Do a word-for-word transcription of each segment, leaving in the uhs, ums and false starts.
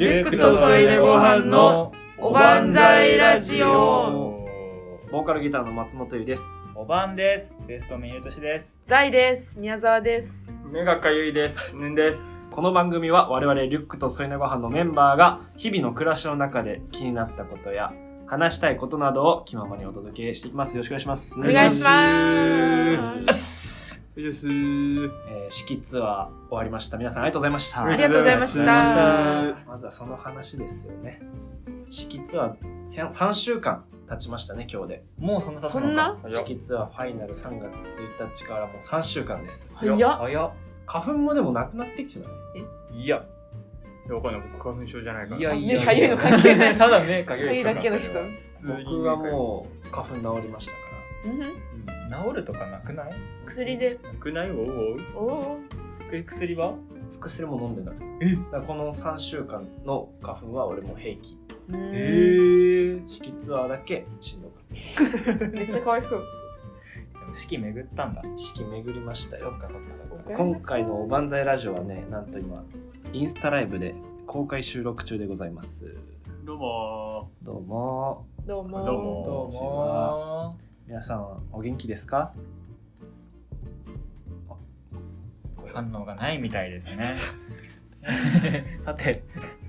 リュックと添い寝ご飯のおばんざいラジオ。 ボーカルギターの松本優です。 おばんです。ベーストメイルトシです。 ザイです。宮沢です。 目がかゆいです。ぬんです。 この番組は我々リュックと添い寝ご飯のメンバーが日々の暮らしの中で気になったことや話したいことなどを気ままにお届けしていきます。よろしくお願いします。 お願いします。 えー、式ツアー終わりました。皆さんありがとうございました。 ありがとうございました。 まずはその話ですよね。式ツアーさんしゅうかん経ちましたね、今日で。 もうそんな経つのか。 そんな式ツアーファイナルさんがつついたちからもうさんしゅうかんです。 早っ。 早っ。 花粉もでもなくなってきてない？ えいや。 いや、わかんない。僕花粉症じゃないから。 いやいや。 目かゆいの関係ない。 ただ目かゆいだけの人。 僕はもう花粉治りましたから。 うん、 治るとかなくない？ 薬で。 なくない？おうおお。 え、薬は？ 薬も飲んでない。 え？ だからこのさんしゅうかんの花粉は俺も平気。 へえ。 式ツアーだけしんどかった。 めっちゃかわいそう。 式巡ったんだ。 式巡りましたよ。 そっかそっか。 今回のおばんざいラジオはね、なんと今インスタライブで公開収録中でございます。 どうもー。どうもー。どうもー。 どうもこんにちは。皆さんお元気ですか？ 反応がないみたいですね。さて。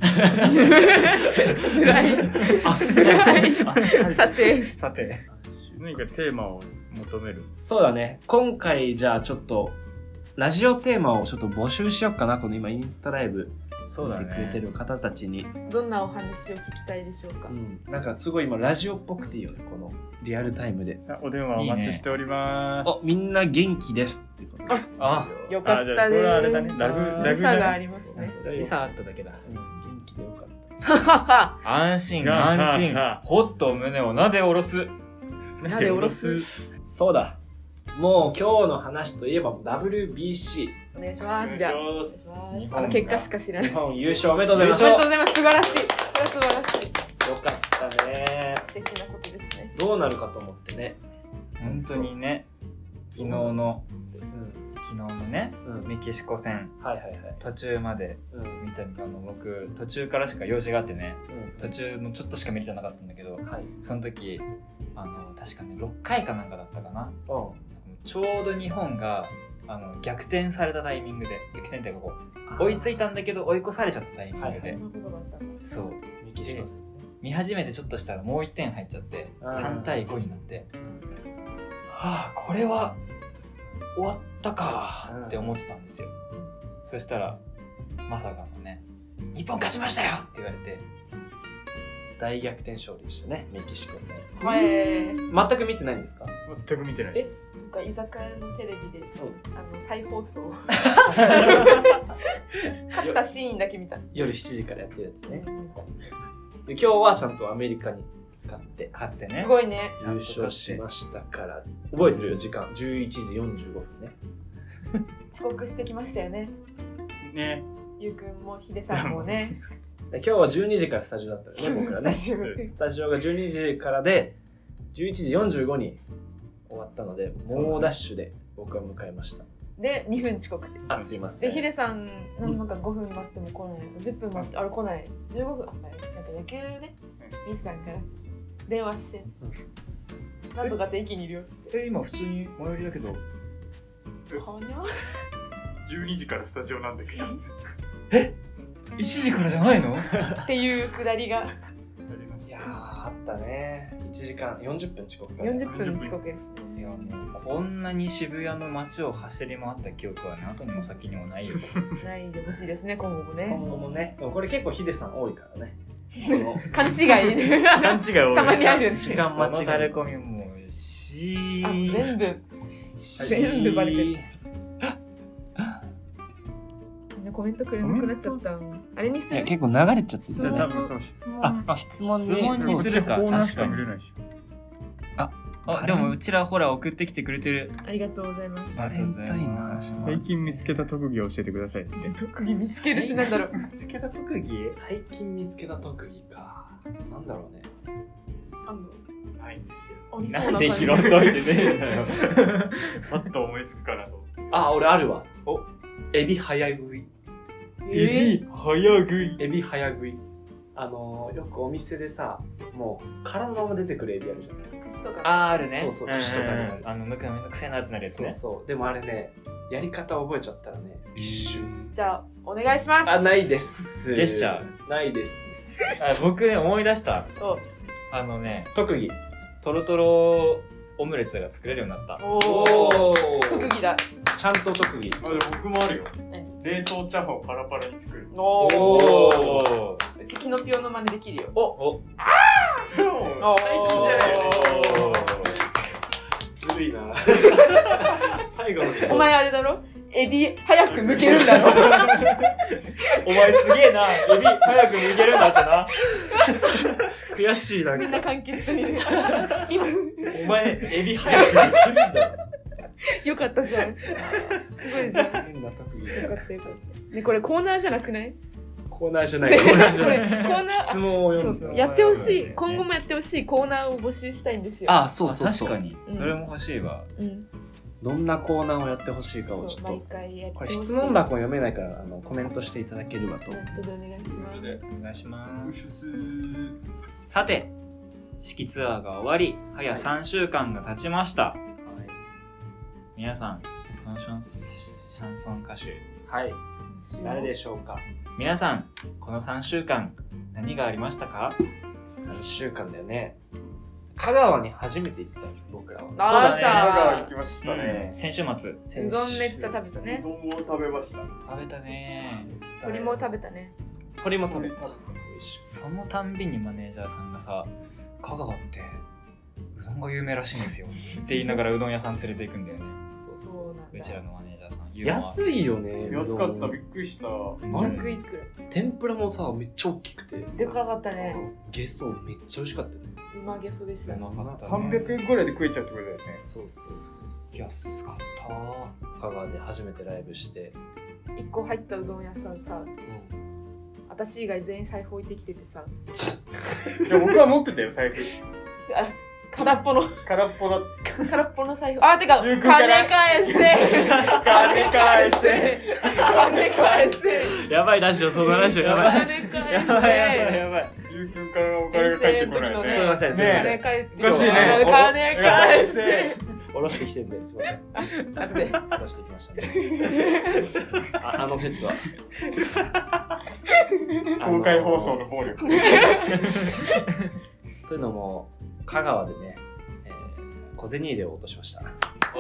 つらい。 あ、つらい。 さて。 さて。 何かテーマを求める。 そうだね。今回じゃあちょっとラジオテーマをちょっと募集しようかな。この今インスタライブ見てくれてる方たちに、 どんなお話を聞きたいでしょうか。 うん、なんかすごい今ラジオっぽくていいよね、このリアルタイムで。 お電話お待ちしております。 お、みんな元気ですってことです。 あ、 よかったです。 これはあれだね。ラグラグがありますね。 時差あっただけだ。 うん、元気でよかった。 安心安心。ほっと胸をなで下ろす。 なで下ろす。 そうだ。もう今日の話といえば ダブリュービーシー。 お願いします。じゃあ、あの結果しか知らない。 日本優勝おめでとうございます。 おめでとうございます。素晴らしい。これは素晴らしい。 よかったね。 素敵なことですね。 どうなるかと思ってね。 本当にね。昨日の、 うん、 昨日のね、うん、メキシコ戦、 はいはいはい、 途中まで見た、うん、あの僕途中からしか用事があってね、うん、途中のちょっとしか見れてなかったんだけど、はい、その時あの確かねろっかいかなんかだったかな、うん、ちょうど日本があの逆転されたタイミングで逆転っていうかこう追いついたんだけど追い越されちゃったタイミングで、はいはい、そうメキシコ戦見始めてちょっとしたらもういってん入っちゃってさんたいごになって、はあこれは終わったかって思ってたんですよ、うん、そしたらまさかのね日本勝ちましたよって言われて大逆転勝利でしたね、メキシコ戦。 はい、 全く見てないんですか？ 全く見てない。 え、なんか居酒屋のテレビで、うん、あの再放送勝ったシーンだけ見た。 夜しちじからやってるやつね。で今日はちゃんとアメリカに勝って勝ってね、 すごいね、 優勝しましたから。覚えてるよ、時間じゅういちじよんじゅうごふんね。 遅刻してきましたよね。 ね、 ゆうくんもひでさんもね。 今日はじゅうにじからスタジオだったよね、僕らね。スタジオがじゅうにじからでじゅういちじよんじゅうごに終わったので、猛ダッシュで僕は迎えました。 でにふん遅刻で。 あ、すいません。 でヒデさんなんかごふん待っても来ない、じゅっぷん待ってあれ来ない、じゅうごふん、あ、なんか野球ね、ミスさんから電話して、うん、なんとかって駅にいるよっつって。 え、今普通に最寄りだけど。 はにゃじゅうにじからスタジオなんだけど。 え、いちじからじゃないのっていうくだりが。 いやー、あったね。いちじかんよんじゅっぷん遅刻か、 ね、よんじゅっぷん遅刻ですね。 いやもうこんなに渋谷の街を走り回った記憶はね、後にも先にもないよ。 ないでほしいですね、今後もね。 今後もね。でもこれ結構ヒデさん多いからね。 勘違い勘違い多い。 たまにあるんで。 時間間違い。 そのタレコミもしあ、全部全部バレてる。みんなコメントくれなくなっちゃった。あれにする。いや結構流れちゃってる。 あ、 質問質問にするか。確かに。 あ、 あ、でもうちらほら送ってきてくれてる。 ありがとうございます。 ありがとうございます。 最近見つけた特技を教えてください。 特技見つけるってなんだろう。 見つけた特技？ 最近見つけた特技か。なんだろうね。 あんの？ ないんですよ。 なんで拾っといてねえんだよ。 パッと思いつくかなと。 あ、俺あるわ。お、エビ早食い。 エビ早食い。 エビ早食い。あのー、よくお店でさ、もう殻のまま出てくるエビあるじゃない。 串とか。 あーあるね。 そうそう串とかにある。 あのむくめんどくせえなってなるやつね。 そうそう。でもあれね、やり方覚えちゃったらね、一瞬。 じゃあお願いします。 あ、ないです。 ジェスチャー。ないです。 あ僕ね思い出した。 おあのね特技。 トロトロオムレツが作れるようになった。 おおー特技だ。 ちゃんと特技。 あ、でも僕もあるよ。 何？ 冷凍チャーハンをパラパラに作る。 おおーーうちキノピオの真似できるよ。 おおそれはもうおー最近じゃないよね。 ずるいな。最後の人。 お前あれだろ、エビ早く剥けるんだろ。 お前すげえな、エビ早く剥けるんだってな。 悔しいな。 みんな完結に今お前エビ早く剥けるんだ。 よかったじゃん。すごいじゃん。 変な特技。 よかったよかった。ね、これコーナーじゃなくない？ コーナーじゃない。コーナーじゃこれない。 コーナー質問を読む。 そうやってほしい。今後もやってほしいコーナーを募集したいんですよ。 あ、そうそうそう。 確かにうんそれも欲しいわ。 うん。 どんなコーナーをやってほしいかをちょっ毎と。 回やってほしい。 これ質問箱読めないからあのコメントしていただければと。 ネットでお願いします。 お願いします。さて、式ツアーが終わり、早さんしゅうかんが経ちました。皆さん、このシャンシャンソン歌手、 はい。誰でしょうか。 皆さん、このさんしゅうかん、何がありましたか？ さんしゅうかんだよね。香川に初めて行ったよ僕らは。 あそうだね香川さ行きましたね。 先週末。 うどんめっちゃ食べたうね。 どんを食べました。 食べたね。 鶏も食べたね。 鶏も食べた。 そのたんびにマネージャーさんがさ、香川ってうどんが有名らしいんですよって言いながらうどん屋さん連れて行くんだよね。 そうそう。 そうなんだ。 うちらのマネージャーさん。 安いよね。 安かった、 うどんびっくりした。 ひゃくいくら。 天ぷらもさ、めっちゃ大きくて。 でかかったね。 ゲソめっちゃ美味しかったね。 うまげそでしたね。 うまかったね。 さんびゃくえんぐらいで食えちゃうってことだよね。 そうそうそう。 安かった香川で初めてライブして。 一個入ったうどん屋さんさ、 うん。 私以外全員財布置いてきててさ、 いや、僕は持ってたよ、財布。 あ、空っぽの空っぽだっ空っぽの財布。あ、てかゆうくんから金返せ。 金返せ。 金返せ。 やばいラジオ、そのラジオやばい。 金返せ。 やばいやばいやばい。 ゆうくんからお金が返ってこない遠征の時のね。 すいません、すいませ金ん。 返って。 おかしいね金返せ。 下ろしてきてんで、すいません。 あとで。 下ろしてきましたね。ああの説は。 公開放送の暴力。 というのも、香川でね、えー、小銭入れを落としました。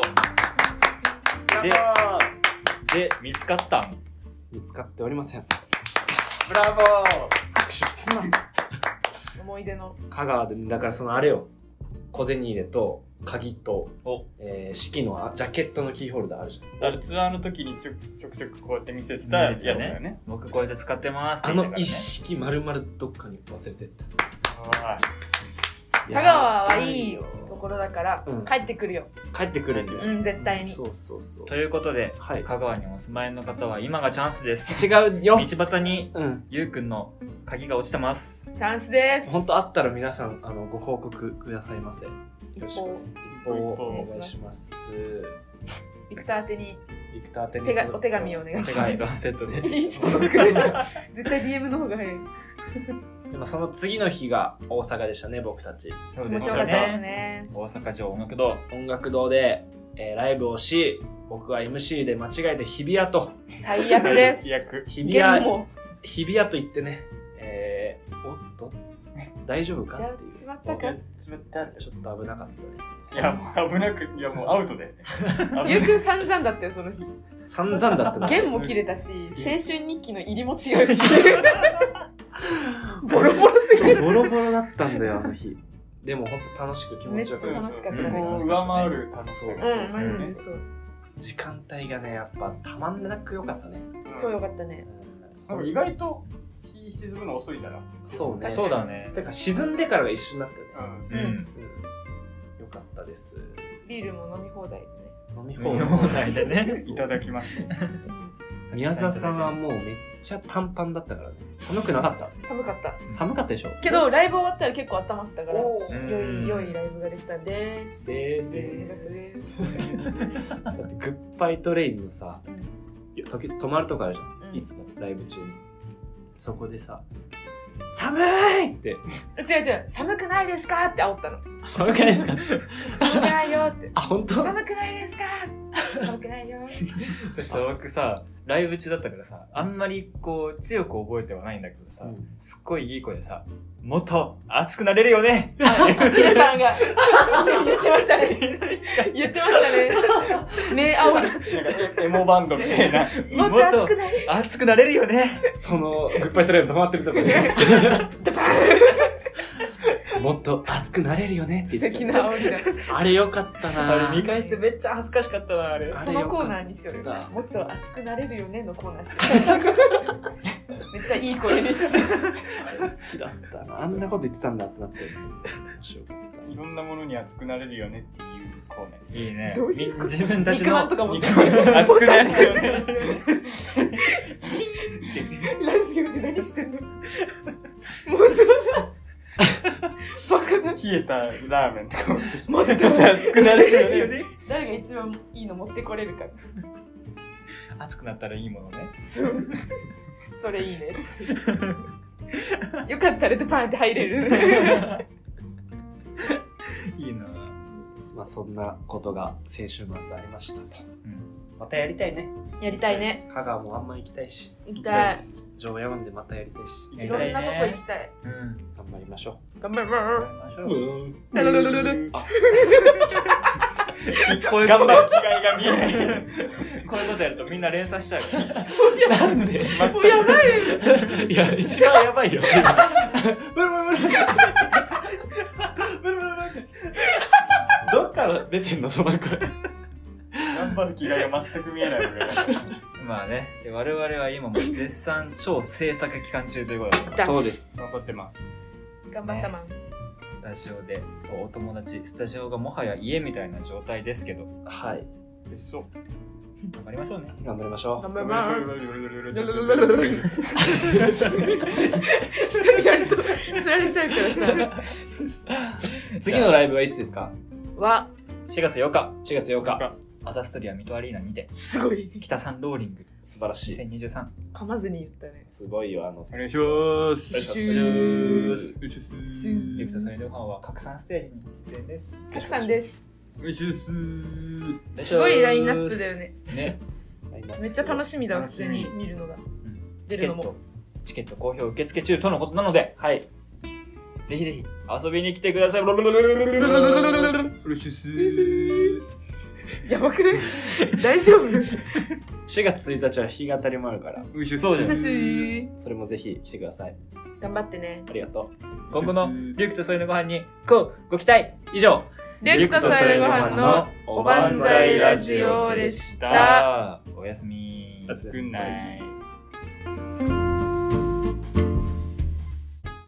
でで、見つかったん？ 見つかっておりません。 ブラボー。 拍手すな。 思い出の。 香川で、だからそのあれよ、小銭入れと鍵と、 おえー、式のジャケットのキーホルダーあるじゃん。 あれツアーの時にちょちょくちょくこうやって見せてたやつだよね。 僕こうやって使ってますってあ言いながらね。 の一式丸々どっかに忘れてった。 香川はいいところだからうん帰ってくるよ。 帰ってくるんだよ。 うん、絶対に。 そうそうそう。 ということで、 はい。 香川にお住まいの方は今がチャンスです。 違うよ。 道端にうん。 ゆうくんの鍵が落ちてます。 チャンスです。 本当あったら皆さんあのご報告くださいませ。よ一ろしく方、 一報をお願いします。 ビクター宛てにビクター宛てに手がお手紙をお願いします。 手紙とセットで。 いいちょっと待って絶対 ディーエム の方が早い。 でもその次の日が大阪でしたね、僕たち。 気持ちよかったですね。 大阪城音楽堂。 音楽堂で、えーライブをし、僕は エムシー で間違えて日比谷と、 最悪です。 最悪。 日比ゲーム谷、 も日比谷と言ってね、えー、おっと、大丈夫かやっっていう。 ちまったか。 やっちまった。 ちょっと危なかったね。 いや、もう危なく、いや、もうアウトで。 ゆうくん散々だったよ、その日。 散々だったな。 弦も切れたし、青春日記の入りも違うし。ボロボロすぎる。 ボロボロだったんだよ、あの日。でも本当楽しく気持ちよくめっちゃ楽しかったねこう上回る楽しさそううん、マそうそうジでそう。 時間帯がね、やっぱたまんなく良かったね。 超良かったね。 なんか意外と日沈むの遅いじゃな。 そうね。 そうだね。 てか沈んでからが一瞬だったよね。 うん。 うん。 うん。よかったです。 ビールも飲み放題でね。 飲み見放題でね。 いただきます。 宮沢さんはもうめっちゃ短パンだったからね。寒くなかった寒かった。 寒かったでしょけど、ライブ終わったら結構温まったから、 おー良い、良いライブができたんです。 でーですす。だってグッバイトレインのさ、 うん時止まるとこあるじゃん、 うんいつもライブ中に。そこでさ「寒い!」って違う違う、寒くないですかって煽ったの。 「寒くないですか?」 寒くないよってあ、本当？ 寒くないですか寒くないよ。 そしたら僕さライブ中だったからさあんまりこう強く覚えてはないんだけどさ、 うんすっごいいい声でさもっと熱くなれるよねヒデさんが言ってましたね。言ってましたね。目煽る。 なんかエモバンドみたいな。 もっと熱くなれる。 熱くなれるよねそのグッバイトレイン止まってるとこでもっと熱くなれるよねって素言って敵た。 な煽りだ。 あれよかったな。 あれ見返してめっちゃ恥ずかしかったなあれあれそのコーナーにしようよ。もっと熱くなれるよねのコーナーしよう。めっちゃいい声でした。 あれ好きだったな。あんなこと言ってたんだってなって面白かった。 いろんなものに熱くなれるよねっていうコーナー。 いいねどういうこと自分たち肉まんのとか持って熱くなれるよね。 チーンラジオで何してんの。もっとバカだ。 冷えたラーメンとか持ってきて。 もっと熱くなれるよね。 誰が一番いいの持ってこれるか。 熱くなったらいいものねそうそれいいね。よかったらでパンって入れる。 いいなまあそんなことが先週末ありましたと。 うんまたやりたいね。 やりたいね。 香川もあんま行きたいし。 行きたい。 城山でまたやりたいし。 いろんなとこ行きたい。 うん頑張りましょ頑張る。 頑張りましょう。 うララララララあ、 こういう頑こと張る気概が見えない。 こういうことやるとみんな連鎖しちゃうからなんで？ もうやばい。 いや、一番やばいよ。ブルブルブルブル。ブルブルブル。どっから出てんのその声。 頑張る気概が全く見えないので。 まあねで我々は今も絶賛超制作期間中ということでそうです。 頑張ってます。 頑張ったマン。 スタジオでお友達スタジオがもはや家みたいな状態ですけどはい。 嬉しそう。 頑張りましょうね頑張りましょ頑張ります。 人人にやると釣られちゃうからさ。 う。次のライブはいつですか？ わ、 しがつようかしがつようか。 アタストリアミトアリーナにてすごい。 北三ローリング素晴らしい。 にせんにじゅうさん噛まずに言ったね。 すごいよ、あの。 お願いします。 お願いしますシューお願いします。 シューリクトソニールファンは拡散ステージに出演ですたくさんです。 お願いします。 すごいラインナップだよね。 ねめっちゃ楽しみだ、普通に見るのが。出るのもチケットチケット好評受付中とのことなのではい。 ぜひぜひ遊びに来てくださいお願いします。 やばくない？大丈夫？ しがつついたちは弾き語りもあるから、 お願いします。 そうだよさすそれもぜひ来てください。 頑張ってね。 ありがと今後のリュウクとソイのご飯にこうご期待う。以上、 リュウクとソイルご飯のおばんざいラジオでした。 おやすみおやすみなさいグッナイ。